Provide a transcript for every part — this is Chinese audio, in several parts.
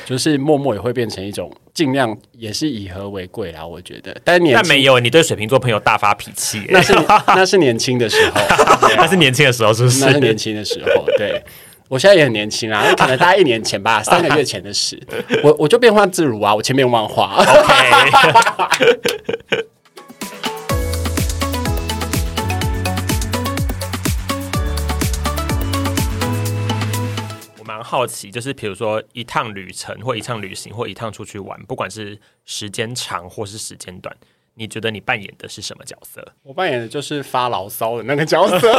就是默默也会变成一种尽量也是以和为贵啦，我觉得。但没有，你对水瓶座朋友大发脾气耶， 那是年轻的时候， 那是年轻的时候，是不是？ 那是年轻的时候，对。我现在也很年轻啊，可能大概1年前吧，3个月前的事，我就变化自如啊，我千变万化。OK。 蛮好奇，就是比如说一趟旅程或一趟旅行或一趟出去玩，不管是时间长或是时间短，你觉得你扮演的是什么角色？ 我扮演的就是发牢骚的那个角色。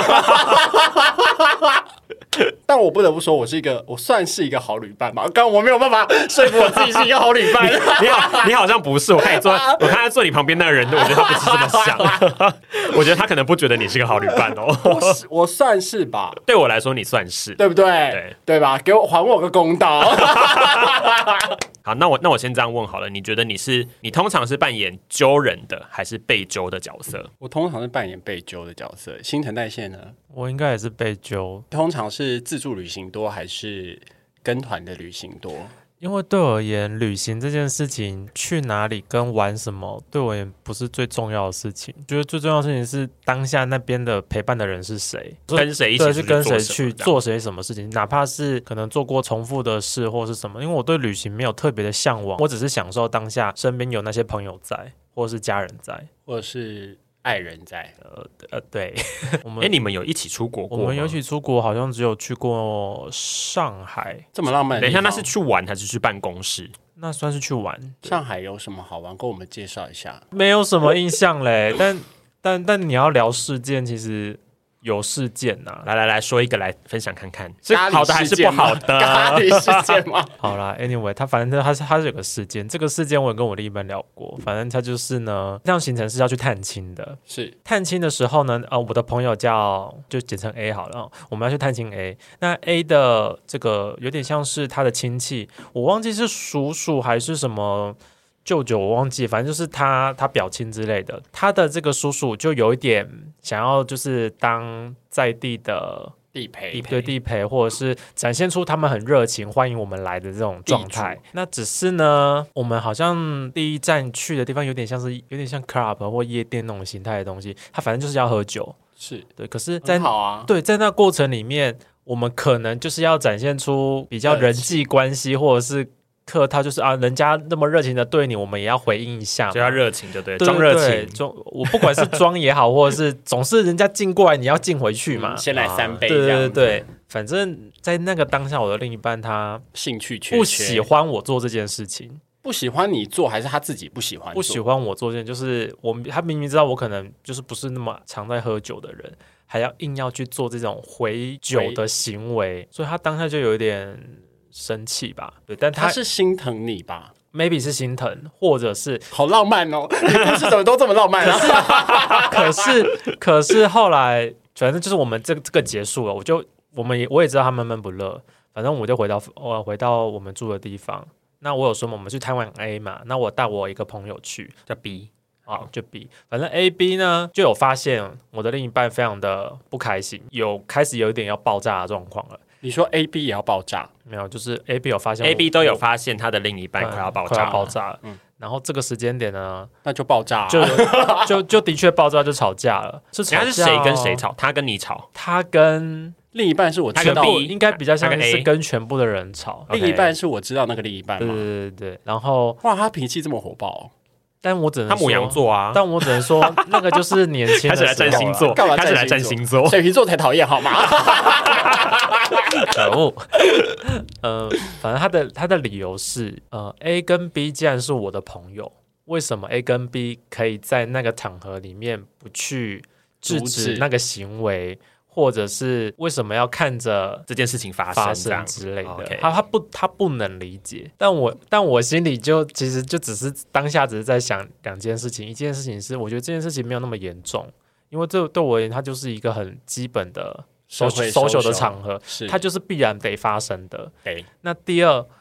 但我不得不说，我算是一个好旅伴吧。刚刚我没有办法说服我自己是一个好旅伴。 你好像不是，我看他坐你旁边那个人，我觉得他不是这么想。我觉得他可能不觉得你是个好旅伴哦。 我算是吧， 对我来说你算是， 对不对？对吧？还我个公道。 好，那我先这样问好了，你觉得你通常是扮演揪人的还是被揪的角色？ 我通常是扮演被揪的角色。新陈代谢呢？ 我应该也是被揪。 通常是自助旅行多还是跟团的旅行多？ 因为对我而言，旅行这件事情，去哪里跟玩什么，对我而言不是最重要的事情。觉得最重要的事情是当下那边的陪伴的人是谁， 跟谁一起去跟谁去做谁什么事情，哪怕是可能做过重复的事或是什么。因为我对旅行没有特别的向往，我只是享受当下身边有那些朋友在，或是家人在， 或者是爱人在。 对。 你们有一起出国过吗？ 我们有一起出国，好像只有去过上海。 这么浪漫的地方。 等一下，那是去玩还是去办公室？ 那算是去玩。 上海有什么好玩？跟我们介绍一下。 没有什么印象嘞。但你要聊事件，其实有事件呐、 来说一个来分享看看，是好的还是不好的？ 咖喱事件吗？ 好啦 ，anyway， 反正他是有个事件，这个事件我也跟我另一半聊过。反正他就是呢，这样行程是要去探亲的。 是探亲的时候呢，我的朋友就简称 A 好了，我们要去探亲 A。那 A 的这个有点像是他的亲戚，我忘记是叔叔还是什么。舅舅我忘记，反正就是他表亲之类的。他的这个叔叔就有一点想要，就是当在地的地陪，或者是展现出他们很热情欢迎我们来的这种状态。那只是呢，我们好像第一站去的地方有点像 club 或夜店那种形态的东西，他反正就是要喝酒， 是对。可是在好啊， 对，在那过程里面，我们可能就是要展现出比较人际关系，或者是。客套就是人家那么热情的对你，我们也要回应一下， 就要热情，就对，装热情。 我不管是装也好，或者是总是人家敬过来，你要敬回去嘛， 先来3杯。 对，反正在那个当下，我的另一半他兴趣缺缺， 不喜欢我做这件事情。 不喜欢你做，还是他自己不喜欢做？ 不喜欢我做这件，就是他明明知道我可能就是不是那么常在喝酒的人，还要硬要去做这种回酒的行为，所以他当下就有一点。生气吧，对，但他是心疼你吧 ？maybe 是心疼，或者是好浪漫哦，你故事怎么都这么浪漫啊？ 可是后来，反正就是我们这个结束了，我也知道他闷闷不乐，反正我就回到我们住的地方。那我有说我们去探望 A 嘛，那我带我一个朋友去，叫 B。就 B， 反正 A、B 呢就有发现我的另一半非常的不开心，开始有一点要爆炸的状况了。 你说 A、B 也要爆炸？ 没有，就是 A、B 有发现 ，A、B 都有发现他的另一半快要爆炸了。 然后这个时间点呢， 那就爆炸， 就的确爆炸，就吵架了。是谁跟谁吵？他跟你吵？ 他跟另一半是我知道， 应该比较像是跟全部的人吵。 另一半是我知道那个另一半嘛？ 对。然后哇，他脾气这么火爆。 但我只能说他牡羊座啊， 但我只能说那个就是年轻的时候。 开始来占星座，开始来占星座， 水瓶座才讨厌好吗？ 可恶。反正他的理由是，A 跟 B 既然是我的朋友，为什么 A 跟 B 可以在那个场合里面不去制止那个行为？或者是为什么要看着这件事情发生之类的， okay. 他不能理解，但我心里其实就只是当下只是在想2件事情，一件事情是我觉得这件事情没有那么严重，因为这对我而言它就是一个很基本的 social 的场合，它就是必然得发生的。那第二，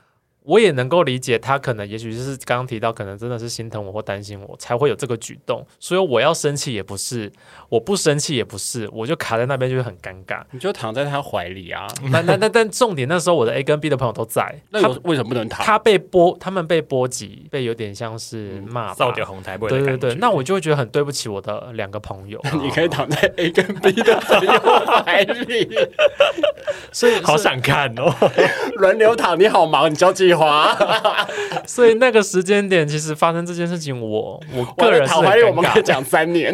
我也能够理解他可能也许就是刚刚提到可能真的是心疼我或担心我才会有这个举动，所以我要生气也不是，我不生气也不是，我就卡在那边就会很尴尬。 你就躺在他怀里啊。 但重点那时候我的 A 跟 B 的朋友都在， 那为什么不能躺？ 他们被波及，被有点像是骂扫掉红台， 对对对，那我就会觉得很对不起我的2个朋友。 你可以躺在 A 跟 B 的朋友怀里， 所以好想看哦， 轮流躺。你好忙，你交际花。 所以那个时间点，其实发生这件事情，我个人是躺怀里，我们可以尴尬。 讲3年。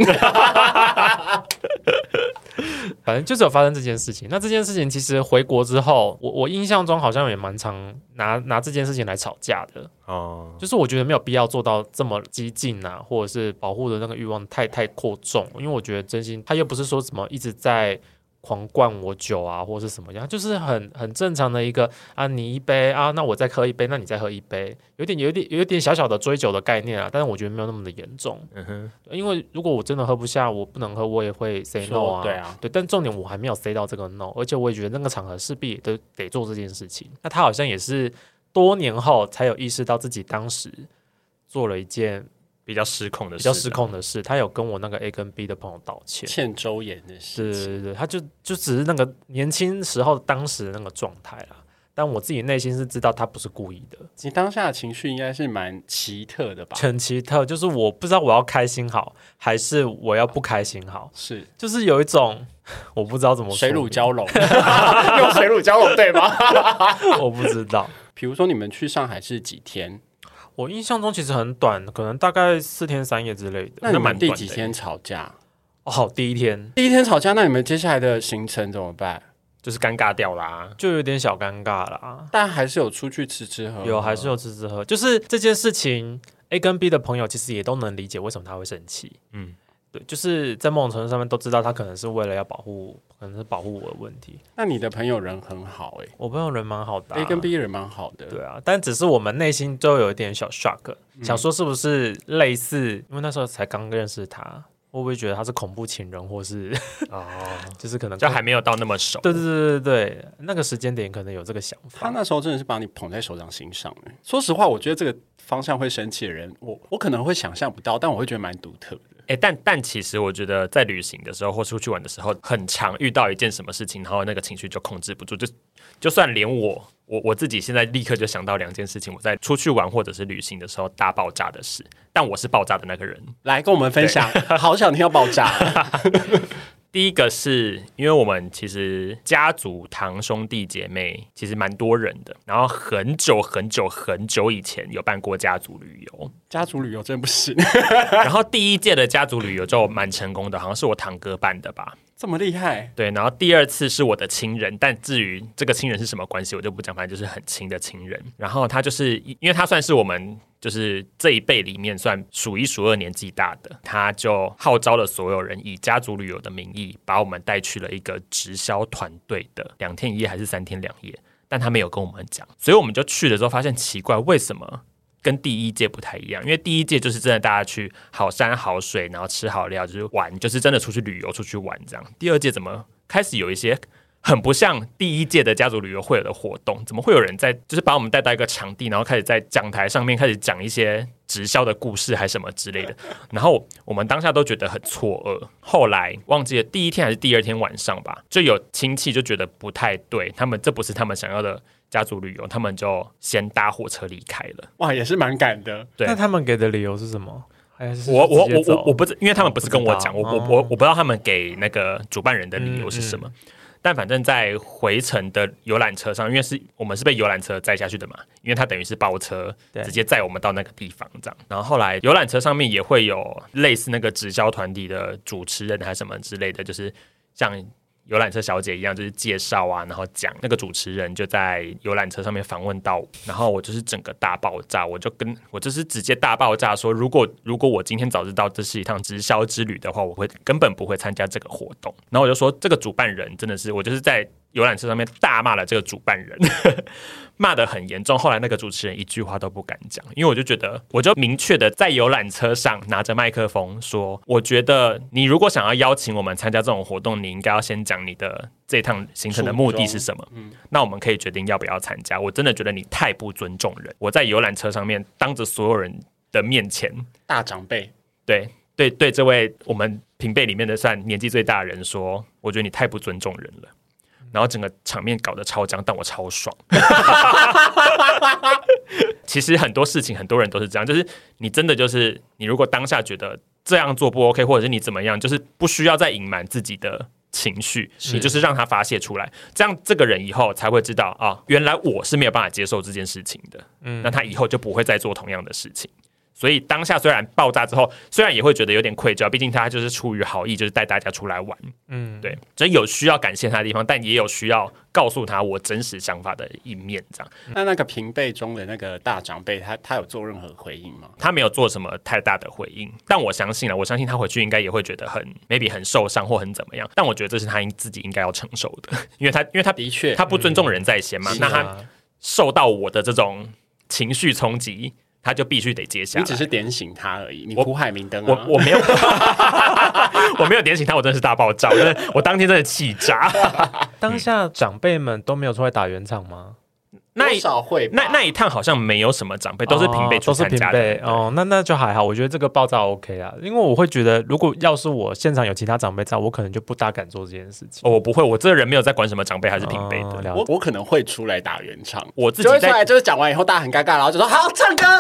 反正就是有发生这件事情。那这件事情其实回国之后，我印象中好像也蛮常拿这件事情来吵架的。 哦， 就是我觉得没有必要做到这么激进啊，或者是保护的那个欲望太过重，因为我觉得真心他又不是说什么一直在狂灌我酒啊，或是什么样，就是很正常的一个啊，你一杯啊，那我再喝一杯，那你再喝一杯，有点小小的追酒的概念啊，但是我觉得没有那么的严重。因为如果我真的喝不下，我不能喝，我也会 say no 啊， 对啊， 对，但重点我还没有 say 到这个 no， 而且我也觉得那个场合势必都得做这件事情。那他好像也是多年后才有意识到自己当时做了一件比较失控的事， 他有跟我那个 A 跟 B 的朋友道歉， 欠周延的事情。 对，他就只是那个年轻时候当时的那个状态啦。但我自己内心是知道他不是故意的。 你当下的情绪应该是蛮奇特的吧？ 很奇特，就是我不知道我要开心好，还是我要不开心好， 是， 就是有一种我不知道怎么说， 水乳交融，用水乳交融对吗？ 我不知道。 比如说你们去上海是几天？ 我印象中其实很短，可能大概4天3夜之类的。 那你们第几天吵架？ 哦，第一天吵架，那你们接下来的行程怎么办？ 就是尴尬掉啦， 就有点小尴尬啦。 但还是有出去吃吃喝， 还是有吃吃喝。就是这件事情 ，A 跟 B 的朋友其实也都能理解为什么他会生气。对，就是在某种程度上面都知道他可能是为了要可能是保护我的问题。 那你的朋友人很好我朋友人蛮好的， A 跟 B 人蛮好的， 对啊，但只是我们内心都有一点小 shock，想说是不是类似，因为那时候才刚认识他，会不会觉得他是恐怖情人，或是就是可能就还没有到那么熟。 对，那个时间点可能有这个想法。 他那时候真的是把你捧在手掌心上。说实话，我觉得这个方向会生气的人，我可能会想象不到，但我会觉得蛮独特的。 但其实我觉得在旅行的时候或出去玩的时候，很常遇到一件什么事情，然后那个情绪就控制不住，就算连我自己现在立刻就想到2件事情，我在出去玩或者是旅行的时候大爆炸的事，但我是爆炸的那个人。 来跟我们分享，好想听到爆炸。 第一个是因为我们其实家族堂兄弟姐妹其实蛮多人的，然后很久以前有办过家族旅游。 家族旅游真不行。 然后第1届的家族旅游就蛮成功的，好像是我堂哥办的吧。 这么厉害？ 对，然后第2次是我的亲人，但至于这个亲人是什么关系我就不讲，反正就是很亲的亲人。然后他就是因为他算是我们就是这一辈里面算数1数2年纪大的，他就号召了所有人以家族旅游的名义把我们带去了一个直销团队的2天1夜还是3天2夜，但他没有跟我们讲，所以我们就去了之后发现奇怪，为什么跟第1届不太一样？因为第1届就是真的大家去好山好水，然后吃好料，就是玩，就是真的出去旅游出去玩这样。第2届怎么开始有一些很不像第1届的家族旅游会有的活动？怎么会有人在就是把我们带到一个场地，然后开始在讲台上面开始讲一些直销的故事还是什么之类的？然后我们当下都觉得很错愕。后来忘记了第1天还是第2天晚上吧，就有亲戚就觉得不太对，这不是他们想要的家族旅游，他们就先搭火车离开了。 哇，也是蛮赶的。 对，那他们给的理由是什么？ 我不知，因为他们不是跟我讲，我不知道他们给那个主办人的理由是什么。但反正在回程的游览车上，因为我们是被游览车载下去的嘛，因为它等于是包车直接载我们到那个地方这样。然后后来游览车上面也会有类似那个直销团体的主持人还是什么之类的，就是像游览车小姐一样，就是介绍啊，然后讲那个主持人就在游览车上面访问到我，然后我就是整个大爆炸，我就是直接大爆炸说，如果我今天早知道这是一趟直销之旅的话，我根本不会参加这个活动。然后我就说，这个主办人真的是，我就是在游览车上面大骂了这个主办人，骂得很严重。后来那个主持人一句话都不敢讲，因为我就觉得，我就明确的在游览车上拿着麦克风说，我觉得你如果想要邀请我们参加这种活动，你应该要先讲你的这趟行程的目的是什么，那我们可以决定要不要参加。我真的觉得你太不尊重人，我在游览车上面当着所有人的面前， 大长辈， 对这位我们平辈里面的算年纪最大的人说，我觉得你太不尊重人了。然后整个场面搞得超僵，但我超爽。其实很多事情，很多人都是这样，就是你真的就是你如果当下觉得这样做不 OK， 或者是你怎么样，就是不需要再隐瞒自己的情绪，你就是让他发泄出来，这样这个人以后才会知道啊，原来我是没有办法接受这件事情的。那他以后就不会再做同样的事情。所以当下虽然爆炸之后，虽然也会觉得有点愧疚，毕竟他就是出于好意，就是带大家出来玩，对，所以有需要感谢他的地方，但也有需要告诉他我真实想法的一面，这样。 那个平辈中的那个大长辈，他有做任何回应吗？ 他没有做什么太大的回应，但我相信他回去应该也会觉得maybe 很受伤或很怎么样，但我觉得这是他自己应该要承受的，因为他的确他不尊重人在先嘛，那他受到我的这种情绪冲击。他就必须得接下来。 你只是点醒他而已，你苦海明灯啊！ 我没有，我没有点醒他，我真的是大爆炸，我当天真的气炸。 当下长辈们都没有出来打圆场吗？ 多少会吧那一趟好像没有什么长辈，都是平辈去参加的。 那就还好，我觉得这个爆炸 OK 啊，因为我会觉得，如果要是我现场有其他长辈在，我可能就不大敢做这件事情。 我不会，我这个人没有在管什么长辈还是平辈的。 我可能会出来打圆场， 我自己就会出来，就是讲完以后大家很尴尬，然后就说好唱歌，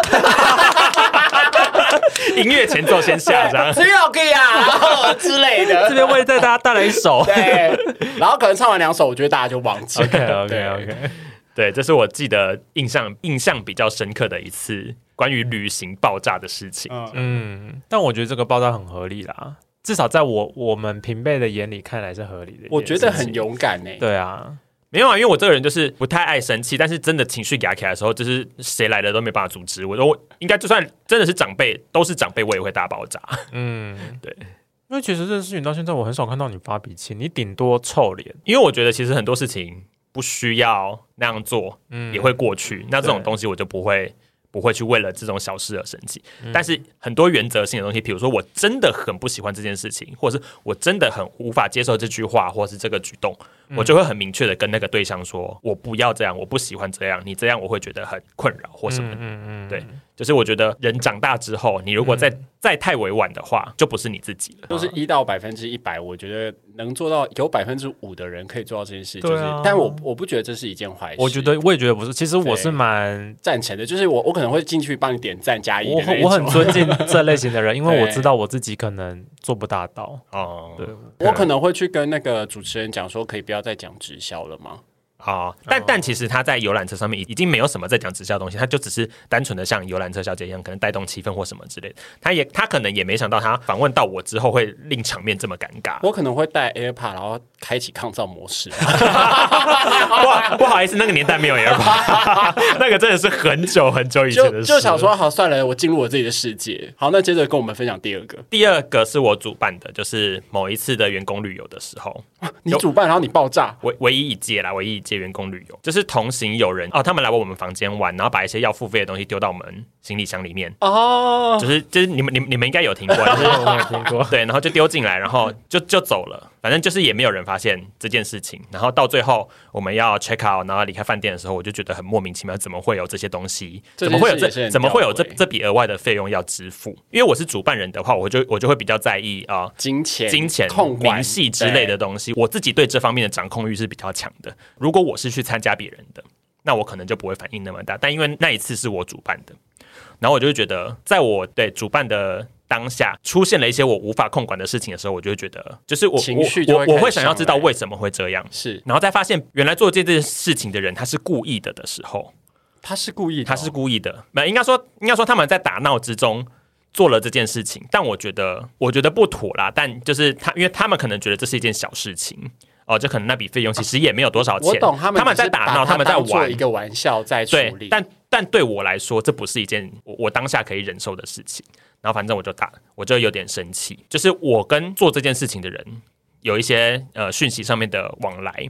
音乐前奏先下，这样谁要可以啊之类的。 这边为大家带来一首， 对，然后可能唱完2首，我觉得大家就忘记了。 OK。 对，这是我记得印象比较深刻的一次关于旅行爆炸的事情。 但我觉得这个爆炸很合理啦，至少在我们平辈的眼里看来是合理的。 我觉得很勇敢欸。 对啊， 没有啊，因为我这个人就是不太爱生气，但是真的情绪压起来的时候，就是谁来的都没办法阻止我。应该就算真的是长辈，都是长辈，我也会大爆炸。对。 因为其实这件事情到现在我很少看到你发脾气，你顶多臭脸。 因为我觉得其实很多事情不需要那样做，也会过去。那这种东西我就不会去为了这种小事而生气。但是很多原则性的东西，比如说我真的很不喜欢这件事情，或者是我真的很无法接受这句话，或是这个举动，我就会很明确的跟那个对象说，我不要这样，我不喜欢这样，你这样我会觉得很困扰或什么的。对，就是我觉得人长大之后，你如果再太委婉的话，就不是你自己了。 就是1到100%，我觉得能做到有5%的人可以做到这件事，就是，但我不觉得这是一件坏事。 我也觉得不是。其实我是蛮赞成的，就是我可能会进去帮你点赞加1的那种。 我很尊敬这类型的人，因为我知道我自己可能做不大到。 对，我可能会去跟那个主持人讲说，可以不要再讲直销了吗？ 但其实他在游览车上面已经没有什么在讲直销的东西，他就只是单纯的像游览车小姐一样，可能带动气氛或什么之类的。他可能也没想到，他访问到我之后会令场面这么尴尬。 我可能会带 AirPod， 然后开启抗噪模式。 不好意思，那个年代没有 AirPod， 那个真的是很久很久以前的事。 就想说，好算了，我进入我自己的世界。好，那接着跟我们分享第二个。 第二个是我主办的，就是某一次的员工旅游的时候， 你主办，然后你爆炸， 唯一一届员工旅游，就是同行有人他们来我们房间玩，然后把一些要付费的东西丢到我们行李箱里面。就是你们应该有听过，就是我有听过。 对，然后就丢进来，然后就走了。反正就是也没有人发现这件事情。然后到最后我们要 check out， 然后离开饭店的时候，我就觉得很莫名其妙，怎么会有这些东西？怎么会有这笔额外的费用要支付？因为我是主办人的话，我就会比较在意金钱、明细之类的东西。我自己对这方面的掌控欲是比较强的。如果我是去参加别人的，那我可能就不会反应那么大。但因为那一次是我主办的，然后我就会觉得，在我对主办的当下出现了一些我无法控管的事情的时候，我就会觉得，就是我会想要知道为什么会这样。是，然后再发现原来做这件事情的人他是故意的时候， 他是故意的。应该说他们在打闹之中做了这件事情，但我觉得不妥啦。但就是因为他们可能觉得这是一件小事情。就可能那笔费用其实也没有多少钱。我懂，他们在打闹，他们在玩一个玩笑在处理。 对，但对我来说，这不是一件我当下可以忍受的事情。然后反正我就有点生气，就是我跟做这件事情的人有一些讯息上面的往来，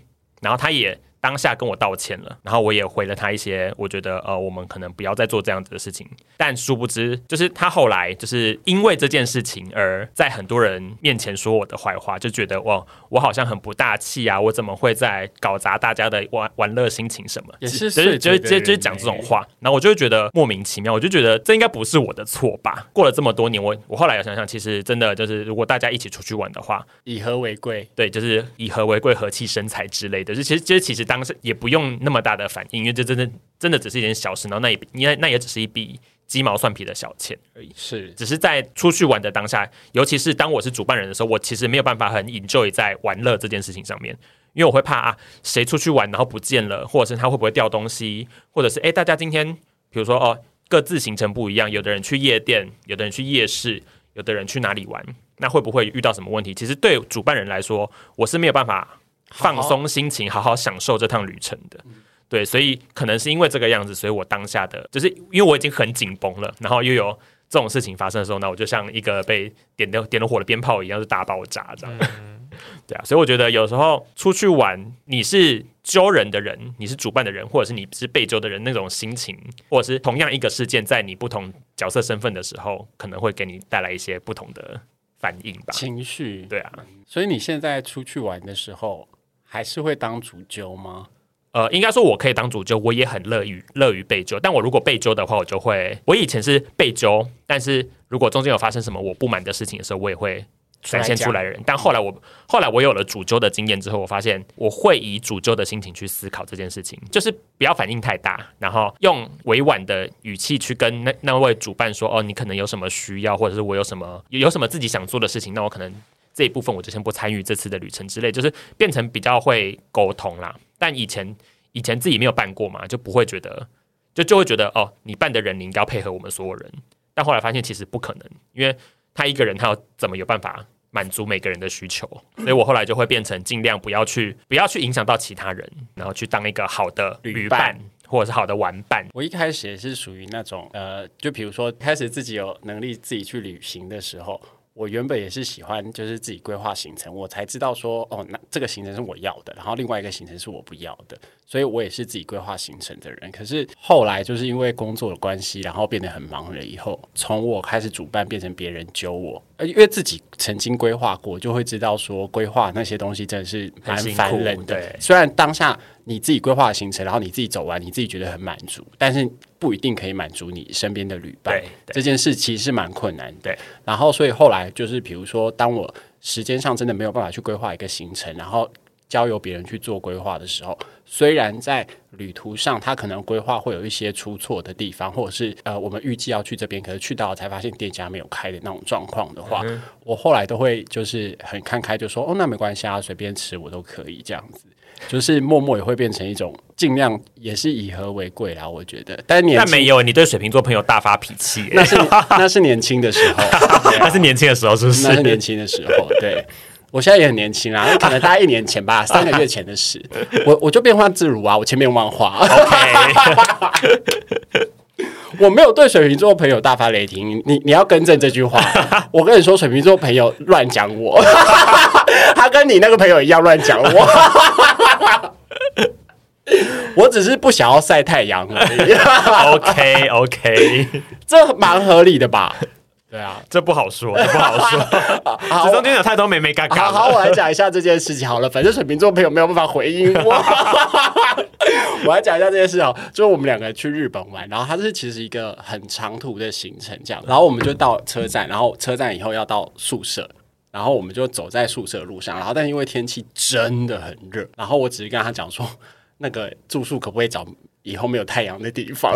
然后他也当下跟我道歉了，然后我也回了他一些，我觉得我们可能不要再做这样子的事情。但殊不知，就是他后来就是因为这件事情而在很多人面前说我的坏话，就觉得我好像很不大气啊，我怎么会在搞砸大家的玩乐心情什么？ 也是就是讲这种话，然后我就会觉得莫名其妙，我就觉得这应该不是我的错吧？过了这么多年，我后来有想想，其实真的就是如果大家一起出去玩的话， 以和为贵， 对，就是以和为贵，和气生财之类的。其实当时也不用那么大的反应，因为这真的只是一件小事，然后那也只是一笔鸡毛蒜皮的小钱而已。 是， 只是在出去玩的当下，尤其是当我是主办人的时候，我其实没有办法很 enjoy 在玩乐这件事情上面，因为我会怕谁出去玩然后不见了，或者是他会不会掉东西，或者是大家今天比如说各自行程不一样，有的人去夜店，有的人去夜市，有的人去哪里玩，那会不会遇到什么问题？其实对主办人来说，我是没有办法放松心情，好好享受这趟旅程的。对，所以可能是因为这个样子，所以我当下的就是因为我已经很紧绷了，然后又有这种事情发生的时候，那我就像一个被点了火的鞭炮一样，是大爆炸这样。对啊，所以我觉得有时候出去玩，你是揪人的人，你是主办的人，或者是你是被揪的人，那种心情，或者是同样一个事件，在你不同角色身份的时候，可能会给你带来一些不同的反应吧， 情绪。 对啊， 所以你现在出去玩的时候，还是会当主揪吗？ 应该说我可以当主揪，我也很乐于被揪。但我如果被揪的话，我以前是被揪，但是如果中间有发生什么我不满的事情的时候，我也会展现出来的人。但后来我有了主揪的经验之后，我发现我会以主揪的心情去思考这件事情，就是不要反应太大，然后用委婉的语气去跟那位主办说，你可能有什么需要，或者是我有什么自己想做的事情，那我可能这一部分我就先不参与这次的旅程之类，就是变成比较会沟通啦。但以前自己没有办过嘛，就不会觉得就会觉得你办的人你应该要配合我们所有人。但后来发现其实不可能，因为他一个人他要怎么有办法满足每个人的需求？所以我后来就会变成尽量不要去影响到其他人，然后去当一个好的旅伴或者是好的玩伴。 我一开始也是属于那种就比如说开始自己有能力自己去旅行的时候，我原本也是喜欢就是自己规划行程，我才知道说那这个行程是我要的，然后另外一个行程是我不要的，所以我也是自己规划行程的人。可是后来就是因为工作的关系，然后变得很忙了以后，从我开始主办变成别人揪我，因为自己曾经规划过，就会知道说规划那些东西真的是蛮烦人的。虽然当下你自己规划的行程，然后你自己走完，你自己觉得很满足，但是不一定可以满足你身边的旅伴。这件事其实是蛮困难的。 对， 然后所以后来就是比如说，当我时间上真的没有办法去规划一个行程，然后交由别人去做规划的时候，虽然在旅途上他可能规划会有一些出错的地方，或者是我们预计要去这边，可是去到了才发现店家没有开的那种状况的话，我后来都会就是很看开，就说那没关系啊，随便吃我都可以这样子。就是默默也会变成一种尽量也是以和为贵啦，我觉得。但没有，你对水瓶座朋友大发脾气， 那是年轻的时候， 那是年轻的时候，是不是？ 那是年轻的时候，对。我现在也很年轻啦，可能大概1年前吧，3个月前的事，我就变化自如啊，我前面忘话。OK， 我没有对水瓶座朋友大发雷霆，你要更正这句话。我跟你说，水瓶座朋友乱讲我，他跟你那个朋友一样乱讲我。我只是不想要晒太阳而已。 OK， 这蛮合理的吧？对啊， 这不好说，这中间有太多眉眉嘎嘎。 好，我来讲一下这件事情好了。反正水瓶座朋友没有办法回应我。我来讲一下这件事哦，就是我们2个去日本玩，然后它是其实一个很长途的行程，这样，然后我们就到车站，然后车站以后要到宿舍。然后我们就走在宿舍的路上，然后但因为天气真的很热，然后我只是跟他讲说，那个住宿可不可以找以后没有太阳的地方？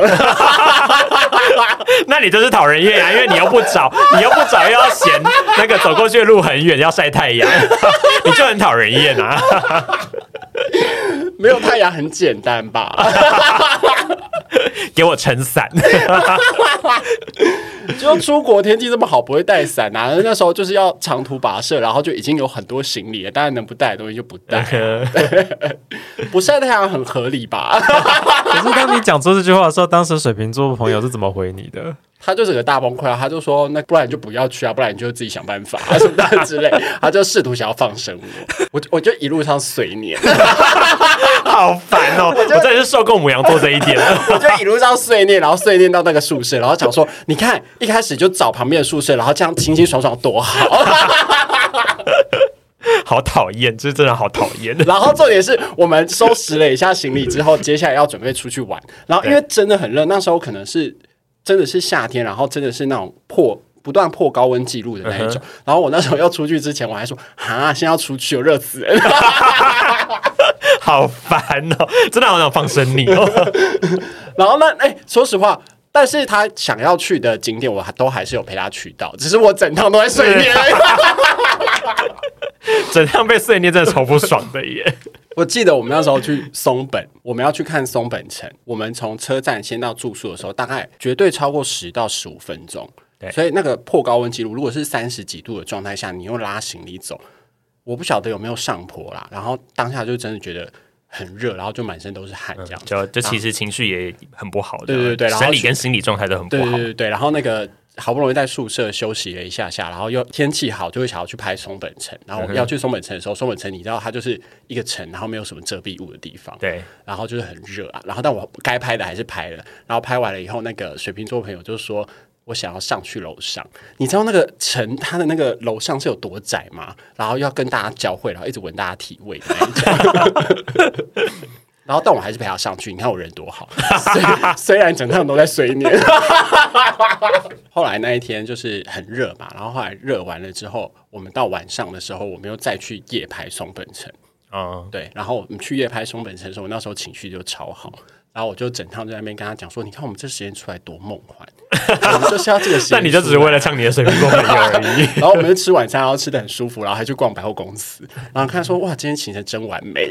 那你就是讨人厌啊，因为你又不找又要嫌那个走过去的路很远要晒太阳，你就很讨人厌啊。 没有太阳很简单吧？ 给我撑伞。 就出国天气这么好，不会带伞啊？那时候就是要长途跋涉，然后就已经有很多行李了，当然能不带的东西就不带。不晒太阳很合理吧？ 可是当你讲出这句话的时候，当时水瓶座朋友是怎么回你的？ 他就整个大崩溃啊！他就说：“那不然你就不要去啊，不然你就自己想办法啊什么的之类。”他就试图想要放生我就一路上碎念， 好烦哦！我真的是受够母羊座这一点了。 我就一路上碎念，然后碎念到那个宿舍，然后讲说：“你看，一开始就找旁边的宿舍，然后这样清清爽爽多好。” 好讨厌，这真的好讨厌。 然后重点是我们收拾了一下行李之后，接下来要准备出去玩。然后因为真的很热，那时候可能是真的是夏天，然后真的是那种不断破高温记录的那一种。然后我那时候要出去之前，我还说：“哈，现在要出去，有热死人。” 好烦哦，真的好想放生你哦。 然后呢，说实话。但是他想要去的景点，我都还是有陪他去到，只是我整趟都在碎念。 整趟被碎念真的超不爽的耶！ 我记得我们那时候去松本，我们要去看松本城。我们从车站先到住宿的时候，大概绝对超过10到15分钟。所以那个破高温记录，如果是30几度的状态下，你又拉行李走，我不晓得有没有上坡啦。然后当下就真的觉得很热，然后就满身都是汗，这样就其实情绪也很不好的， 对， 生理跟心理状态都很不好， 对。然后那个好不容易在宿舍休息了一下下，然后又天气好，就会想要去拍松本城。然后我们要去松本城的时候，松本城你知道它就是一个城，然后没有什么遮蔽物的地方， 对， 然后就是很热啊。然后但我该拍的还是拍了，然后拍完了以后，那个水瓶座朋友就说。我想要上去楼上，你知道那个城它的那个楼上是有多窄吗？然后要跟大家交汇，然后一直闻大家体味的那一种。然后但我还是陪他上去，你看我人多好，虽然整趟都在碎念。后来那一天就是很热嘛，然后后来热完了之后，我们到晚上的时候，我们又再去夜拍松本城。对，然后我们去夜拍松本城的时候，我那时候情绪就超好。然后我就整趟在那边跟他讲说：“你看我们这时间出来多梦幻，我们就是要这个时间。” 但你就只是为了唱你的水瓶座朋友而已。 然后我们就吃晚餐，然后吃得很舒服，然后还去逛百货公司，然后看说：“哇，今天行程真完美。”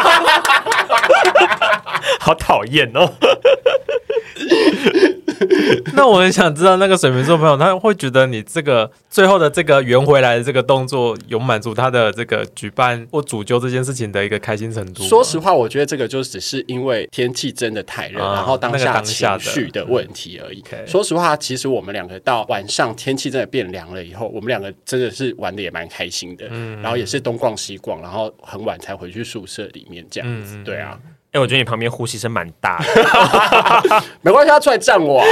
好讨厌哦！ 那我很想知道，那个水瓶座朋友他会觉得你这个最后的这个圆回来的这个动作，有满足他的这个举办或主揪这件事情的一个开心程度。 说实话，我觉得这个就只是因为天气真的太热，然后当下情绪的问题而已。说实话，其实我们两个到晚上天气真的变凉了以后，我们两个真的是玩的也蛮开心的，然后也是东逛西逛，然后很晚才回去宿舍里面这样子。对啊。 我觉得你旁边呼吸声蛮大的。 没关系，他出来站我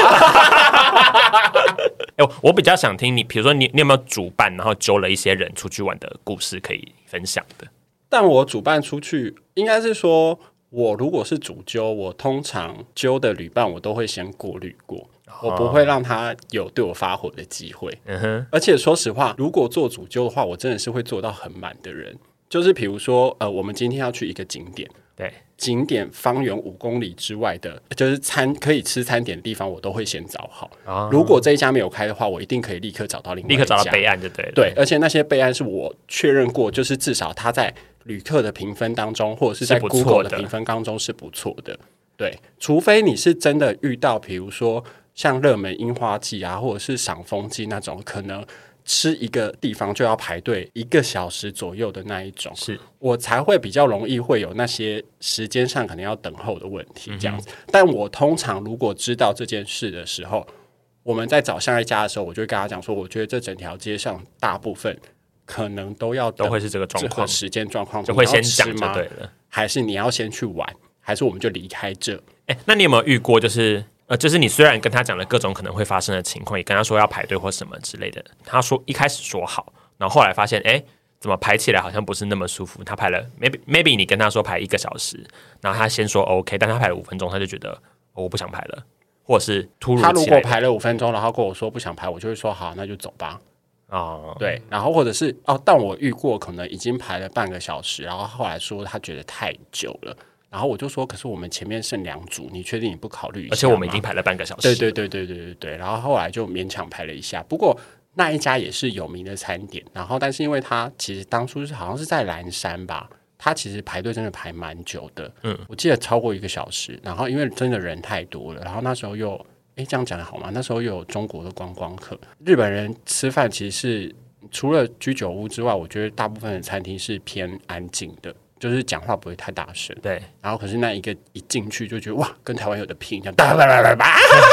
我比较想听你，比如说你有没有主办，然后揪了一些人出去玩的故事可以分享的？ 但我主办出去，应该是说，我如果是主揪，我通常揪的旅伴，我都会先过滤过，我不会让他有对我发火的机会。而且说实话，如果做主揪的话，我真的是会做到很满的人。就是比如说，我们今天要去一个景点， 对。 景点方圆5公里之外的，就是可以吃餐点的地方，我都会先找好。如果这一家没有开的话，我一定可以立刻找到另外一家， 立刻找到备案就对了。 对，而且那些备案是我确认过，就是至少他在旅客的评分当中，或者是在 Google 的评分当中是不错的。对，除非你是真的遇到，比如说像热门樱花季啊，或者是赏枫季那种，可能。吃一个地方就要排队1个小时左右的那一种， 是我才会比较容易会有那些时间上可能要等候的问题这样子。但我通常如果知道这件事的时候，我们在找下一家的时候，我就会跟他讲说，我觉得这整条街上大部分可能都会是这个状况，时间状况， 就会先讲就对了。 还是你要先去玩，还是我们就离开这？ 那你有没有遇过就是你虽然跟他讲了各种可能会发生的情况，也跟他说要排队或什么之类的，他说一开始说好，然后后来发现怎么排起来好像不是那么舒服。他排了 maybe 你跟他说排1个小时，然后他先说 OK， 但他排了5分钟，他就觉得我不想排了，或者是突如其来的。他如果排了5分钟，然后跟我说不想排，我就会说好，那就走吧。对，然后或者是但我遇过可能已经排了半个小时，然后后来说他觉得太久了。然后我就说，可是我们前面剩2组，你确定你不考虑一下吗？ 而且我们已经排了半个小时。 对。然后后来就勉强排了一下，不过那一家也是有名的餐点。然后但是因为他其实当初好像是在蓝山吧，他其实排队真的排蛮久的。我记得超过1个小时。然后因为真的人太多了，然后那时候又这样讲好吗？那时候又有中国的观光客，日本人吃饭其实是除了居酒屋之外，我觉得大部分的餐厅是偏安静的。就是讲话不会太大声， 对。 然后可是那一进去就觉得哇，跟台湾有的拼，这样什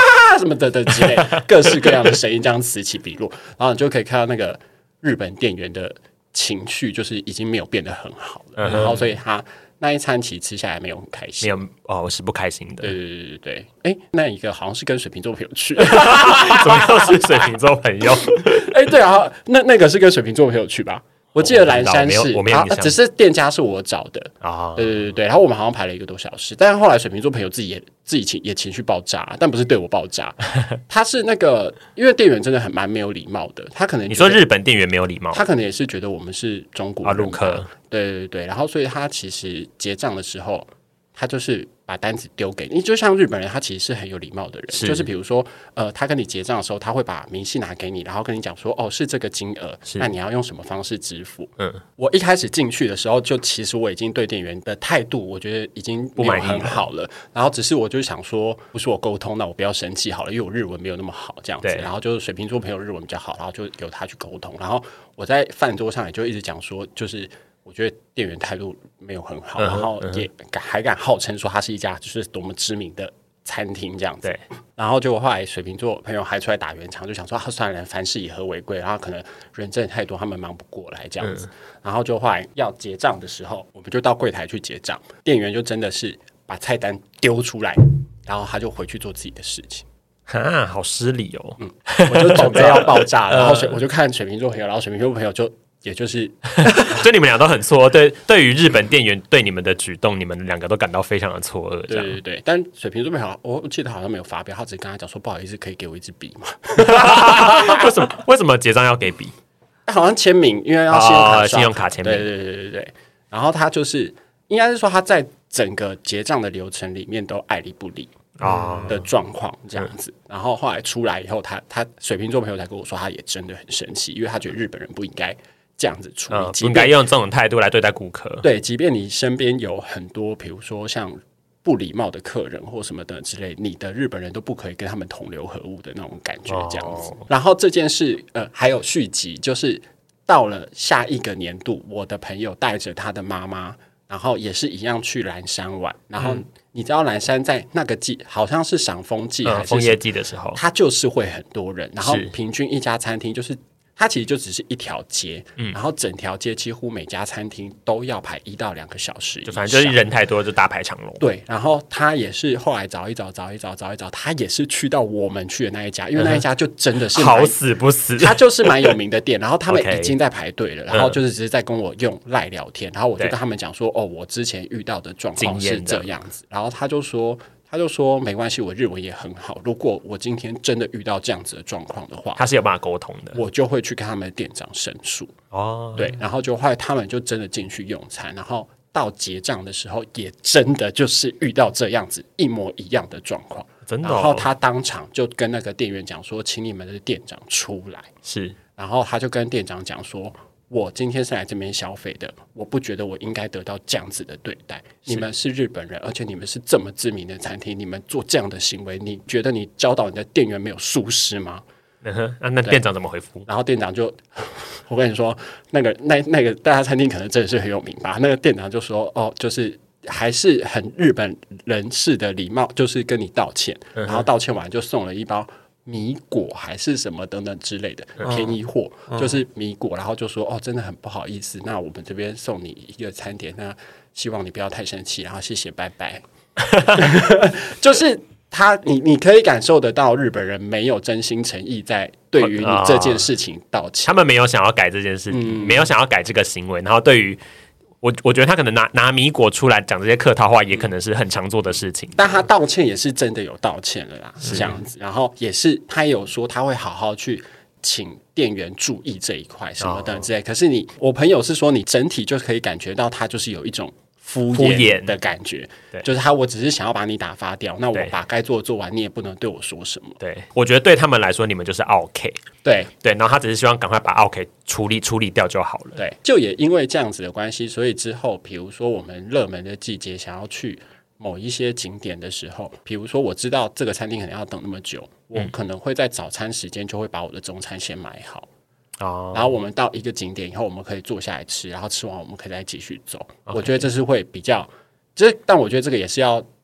什么的之类，各式各样的声音这样此起彼落，然后你就可以看到那个日本店员的情绪就是已经没有变得很好了，然后所以他那一餐其实吃下来没有很开心， 没有哦，是不开心的。 对，那一个好像是跟水瓶座朋友去， 怎么又是水瓶座朋友？ 对啊，那个是跟水瓶座朋友去吧？我记得蓝山是我没有印象， 只是店家是我找的啊。 对，然后我们好像排了1个多小时，但是后来水瓶座朋友自己也情绪爆炸，但不是对我爆炸，他是那个因为店员真的蛮没有礼貌的，他可能你说日本店员没有礼貌， 他可能也是觉得我们是中国人陆客， 对，然后所以他其实结账的时候，他就是把单子丢给你，就像日本人，他其实是很有礼貌的人，就是比如说，他跟你结账的时候，他会把明细拿给你，然后跟你讲说，是这个金额，那你要用什么方式支付？我一开始进去的时候，就其实我已经对店员的态度，我觉得已经没有很好了，然后只是我就想说，不是我沟通，那我不要生气好了，因为我日文没有那么好，这样子，然后就是水瓶座朋友日文比较好，然后就由他去沟通，然后我在饭桌上也就一直讲说，就是我觉得店员态度没有很好，然后也还敢号称说他是一家就是多么知名的餐厅这样子。然后结果后来水瓶座朋友还出来打圆场，就想说算了，凡事以和为贵，然后可能人真的太多，他们忙不过来这样子。然后就后来要结账的时候，我们就到柜台去结账，店员就真的是把菜单丢出来，然后他就回去做自己的事情。 好失礼哦。 我就准备要爆炸了，然后我就看水瓶座朋友，然后水瓶座朋友也就是就你们俩都很错愕，对于日本店员对你们的举动，你们两个都感到非常的错愕。 对，但水瓶座朋友我记得好像没有发表，他只是跟他讲说不好意思，可以给我一支笔吗？ 为什么结账要给笔？ 好像签名，因为要信用卡签名。 对。然后他就是应该是说他在整个结账的流程里面都爱理不理的状况这样子。然后后来出来以后，他水瓶座朋友才跟我说，他也真的很生气，因为他觉得日本人不应该这样子处理， 不应该用这种态度来对待顾客。 对，即便你身边有很多，比如说像不礼貌的客人或什么的之类，你的日本人都不可以跟他们同流合污的那种感觉，这样子。然后这件事，还有续集，就是到了下一个年度，我的朋友带着他的妈妈，然后也是一样去蓝山玩。然后你知道蓝山在那个季好像是赏枫季还是枫叶季的时候， 它就是会很多人，然后平均一家餐厅就是。它其实就只是一条街，然后整条街几乎每家餐厅都要排1到2个小时以上， 就反正就是人太多就大排长龙。 对，然后他也是后来找一找，他也是去到我们去的那一家，因为那一家就真的是好死不死， 他就是蛮有名的店，然后他们已经在排队了，然后就是只是在跟我用赖聊天，然后我就跟他们讲说，我之前遇到的状况是这样子，然后他就说没关系，我日文也很好。如果我今天真的遇到这样子的状况的话， 他是有办法沟通的， 我就会去跟他们的店长申诉。对，然后就后来他们就真的进去用餐，然后到结账的时候，也真的就是遇到这样子一模一样的状况。 真的然后他当场就跟那个店员讲说，请你们的店长出来。然后他就跟店长讲说，我今天是来这边消费的，我不觉得我应该得到这样子的对待。你们是日本人，而且你们是这么知名的餐厅，你们做这样的行为，你觉得你教导你的店员没有疏失吗？ 那店长怎么回复？ 然后店长就，我跟你说，那个那家餐厅可能真的是很有名吧。那个店长就说，就是还是很日本人式的礼貌，就是跟你道歉，然后道歉完就送了一包米果还是什么等等之类的便宜货，就是米果，然后就说真的很不好意思，那我们这边送你一个餐点，那希望你不要太生气，然后谢谢，拜拜。就是你可以感受得到日本人没有真心诚意在对于你这件事情道歉， 他们没有想要改这件事，没有想要改这个行为，然后对于我觉得他可能拿米果出来讲这些客套话，也可能是很常做的事情。 但他道歉也是真的有道歉了啦，是这样子。然后也是他有说他会好好去请店员注意这一块什么的之类。可是我朋友是说，你整体就可以感觉到他就是有一种敷衍的感觉，就是我只是想要把你打发掉，那我把该做的做完，你也不能对我说什么。 对，我觉得对他们来说，你们就是 OK。对，然后他只是希望赶快把 OK 处理掉就好了。 对，就也因为这样子的关系，所以之后比如说我们热门的季节想要去某一些景点的时候，比如说我知道这个餐厅可能要等那么久，我可能会在早餐时间就会把我的中餐先买好。然后我们到一个景点以后，我们可以坐下来吃，然后吃完我们可以再继续走。我觉得这是会比较，但我觉得这个也是要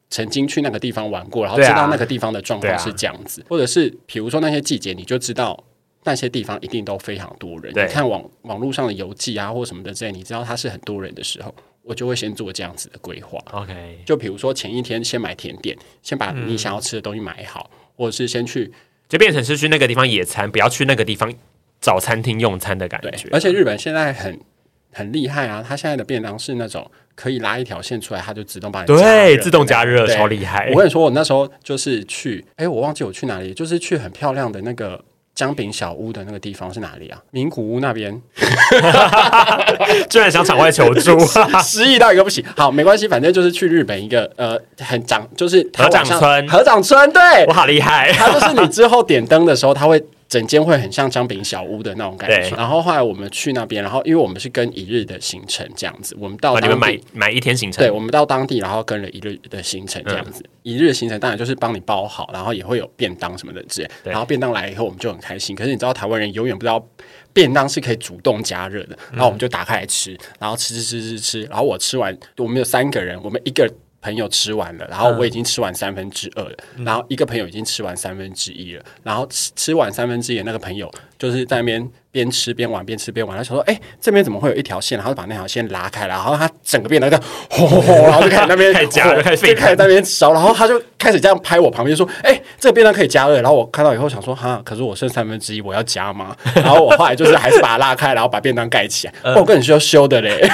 曾经去那个地方玩过，然后知道那个地方的状况是这样子，或者是比如说那些季节，你就知道那些地方一定都非常多人。你看网络上的游记啊，或什么的之类，你知道它是很多人的时候，我就会先做这样子的规划。 OK， 就比如说前一天先买甜点，先把你想要吃的东西买好，或者是先去， 就变成是去那个地方野餐，不要去那个地方找餐厅用餐的感觉。 而且日本现在很厉害啊，它现在的便当是那种可以拉一条线出来，它就自动帮你加热， 对，自动加热，超厉害。 我跟你说，我那时候就是去，我忘记我去哪里，就是去很漂亮的那个姜饼小屋的那个地方是哪里啊？名古屋那边， 居然想场外求助， 失忆到一个不行。好，没关系，反正就是去日本一个就是合掌村， 合掌村，对， 我好厉害。 它就是你之后点灯的时候，它会。整间会很像姜饼小屋的那种感觉，然后后来我们去那边，然后因为我们是跟一日的行程这样子，我们到当地你们买一天行程， 对，我们到当地然后跟了一日的行程这样子，一日的行程当然就是帮你包好，然后也会有便当什么的之类，然后便当来以后我们就很开心，可是你知道台湾人永远不知道便当是可以主动加热的，然后我们就打开来吃，然后吃，然后我吃完，我们有3个人，我们一个朋友吃完了，然后我已经吃完2/3了，然后一个朋友已经吃完1/3了，然后吃完1/3的那个朋友就是在那边边吃边玩，他说：“这边怎么会有一条线？”然后就把那条线拉开，然后他整个便当这样然后就开始那边开始加热，开始在那边烧，然后他就开始这样拍我旁边说：“这个便当可以加热。”然后我看到以后想说：“哈，可是我剩1/3，我要加吗？”然后我后来就是还是把它拉开，然后把便当盖起来。我跟你说修的嘞。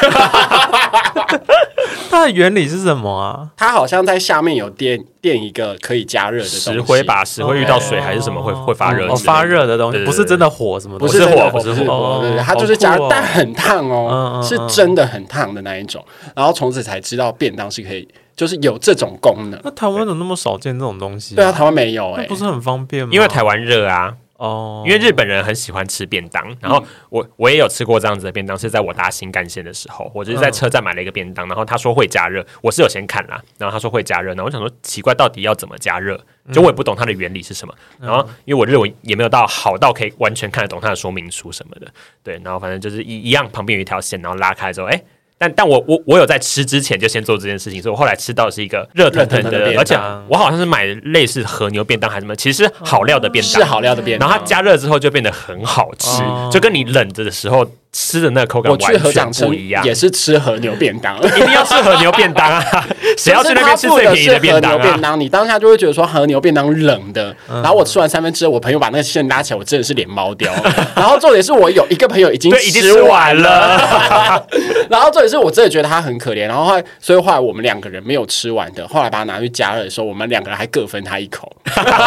它的原理是什么啊？ 它好像在下面有垫一个可以加热的东西， 石灰吧，石灰遇到水还是什么会发热？ 发热的东西，不是真的火什么的， 不是火， 对， 它就是加热，但很烫哦，是真的很烫的那一种。然后从此才知道便当是可以，就是有这种功能。 那台湾怎么那么少见这种东西？ 对啊，台湾没有， 那不是很方便吗？ 因为台湾热啊。因为日本人很喜欢吃便当，然后我也有吃过这样子的便当，是在我搭新干线的时候，我就是在车站买了一个便当，然后他说会加热，我是有先看啦，然后他说会加热，然后我想说奇怪，到底要怎么加热？就我也不懂它的原理是什么，然后因为我日文也没有到好到可以完全看得懂它的说明书什么的，对，然后反正就是一样，旁边有一条线，然后拉开之后，但我有在吃之前就先做这件事情，所以我后来吃到的是一个热腾腾的，而且我好像是买类似和牛便当还是什么，其实是好料的便当， 是好料的便当， 然后它加热之后就变得很好吃，就跟你冷着的时候吃的那个口感完全不一样。 也是吃和牛便当， 一定要吃和牛便当啊！谁要去那边吃最便宜的便当啊？ 你当下就会觉得说和牛便当冷的，然后我吃完1/3，我朋友把那个线拉起来，我真的是脸毛掉。然后重点是我有一个朋友已经吃完了，然后重点是我真的觉得他很可怜，然后所以后来我们2个人没有吃完的，后来把它拿去加热的时候，我们2个人还各分他一口，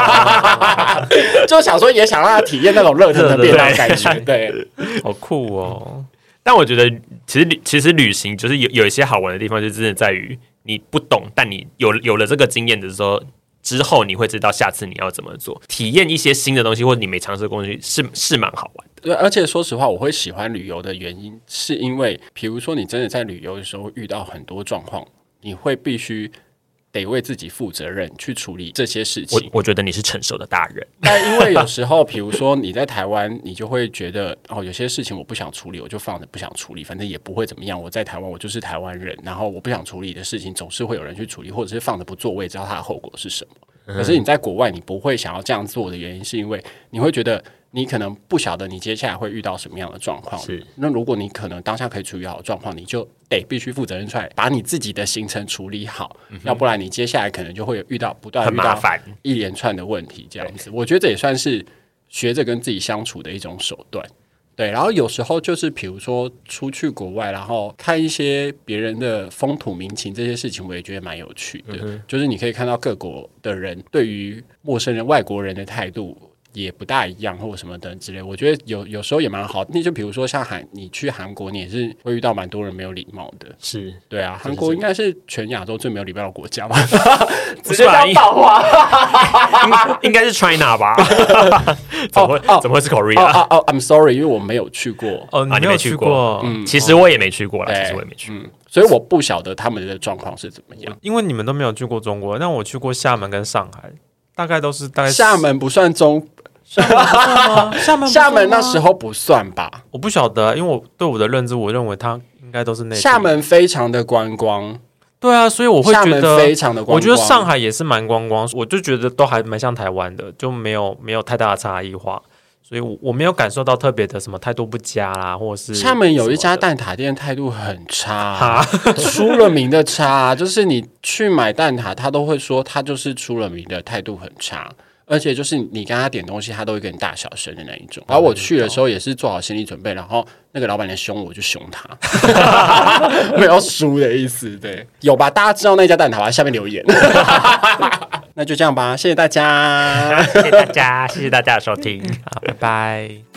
就想说也想让他体验那种热腾腾便当感觉，对， 好酷哦。 但我觉得其实旅行就是有一些好玩的地方，就真的在于你不懂，但你有了这个经验的时候，之后你会知道下次你要怎么做，体验一些新的东西，或者你没尝试的东西是蛮好玩的。 对，而且说实话，我会喜欢旅游的原因，是因为比如说你真的在旅游的时候遇到很多状况，你会必须得为自己负责任去处理这些事情。 我觉得你是成熟的大人， 但因为有时候，比如说你在台湾，你就会觉得有些事情我不想处理，我就放着不想处理，反正也不会怎么样。我在台湾，我就是台湾人，然后我不想处理的事情，总是会有人去处理，或者是放着不做，我也知道它的后果是什么。可是你在国外，你不会想要这样做的原因，是因为你会觉得你可能不晓得你接下来会遇到什么样的状况。 是， 那如果你可能当下可以处理好的状况，你就必须负责任出来，把你自己的行程处理好，要不然你接下来可能就会不断遇到一连串的问题。这样子，我觉得这也算是学着跟自己相处的一种手段。对，然后有时候就是比如说出去国外，然后看一些别人的风土民情，这些事情我也觉得蛮有趣的。就是你可以看到各国的人对于陌生人、外国人的态度也不大一样，或者什么等之类。我觉得有时候也蛮好。那就比如说像你去韩国，你也是会遇到蛮多人没有礼貌的。 是， 对啊，韩国应该是全亚洲最没有礼貌的国家吧？ 直接当爆话，应该是 China 吧？怎么会是 Korea？I'm sorry， 因为我没有去过。 你没有去过？ 其实我也没去过啦，其实我也没去过。 所以我不晓得他们的状况是怎么样。 因为你们都没有去过中国，但我去过厦门跟上海，大概厦门不算厦门那时候不算吧？ 我不晓得，因为我对我的认知，我认为它应该都是那。 厦门非常的观光， 对啊，所以我会觉厦门得非常的观光， 我觉得上海也是蛮观光，我就觉得都还蛮像台湾的，就没有太大的差异化。所以我没有感受到特别的什么态度不佳啦，或者是厦门有一家蛋挞店态度很差，出了名的差，就是你去买蛋挞，他都会说他就是出了名的态度很差，而且就是你跟他点东西，他都会跟你大小声的那一种。然后我去的时候也是做好心理准备，然后那个老板娘凶我就凶他，没有输的意思。对，有吧？大家知道那家蛋挞吧？下面留言。那就这样吧，谢谢大家， 谢谢大家，谢谢大家的收听， 好，拜拜。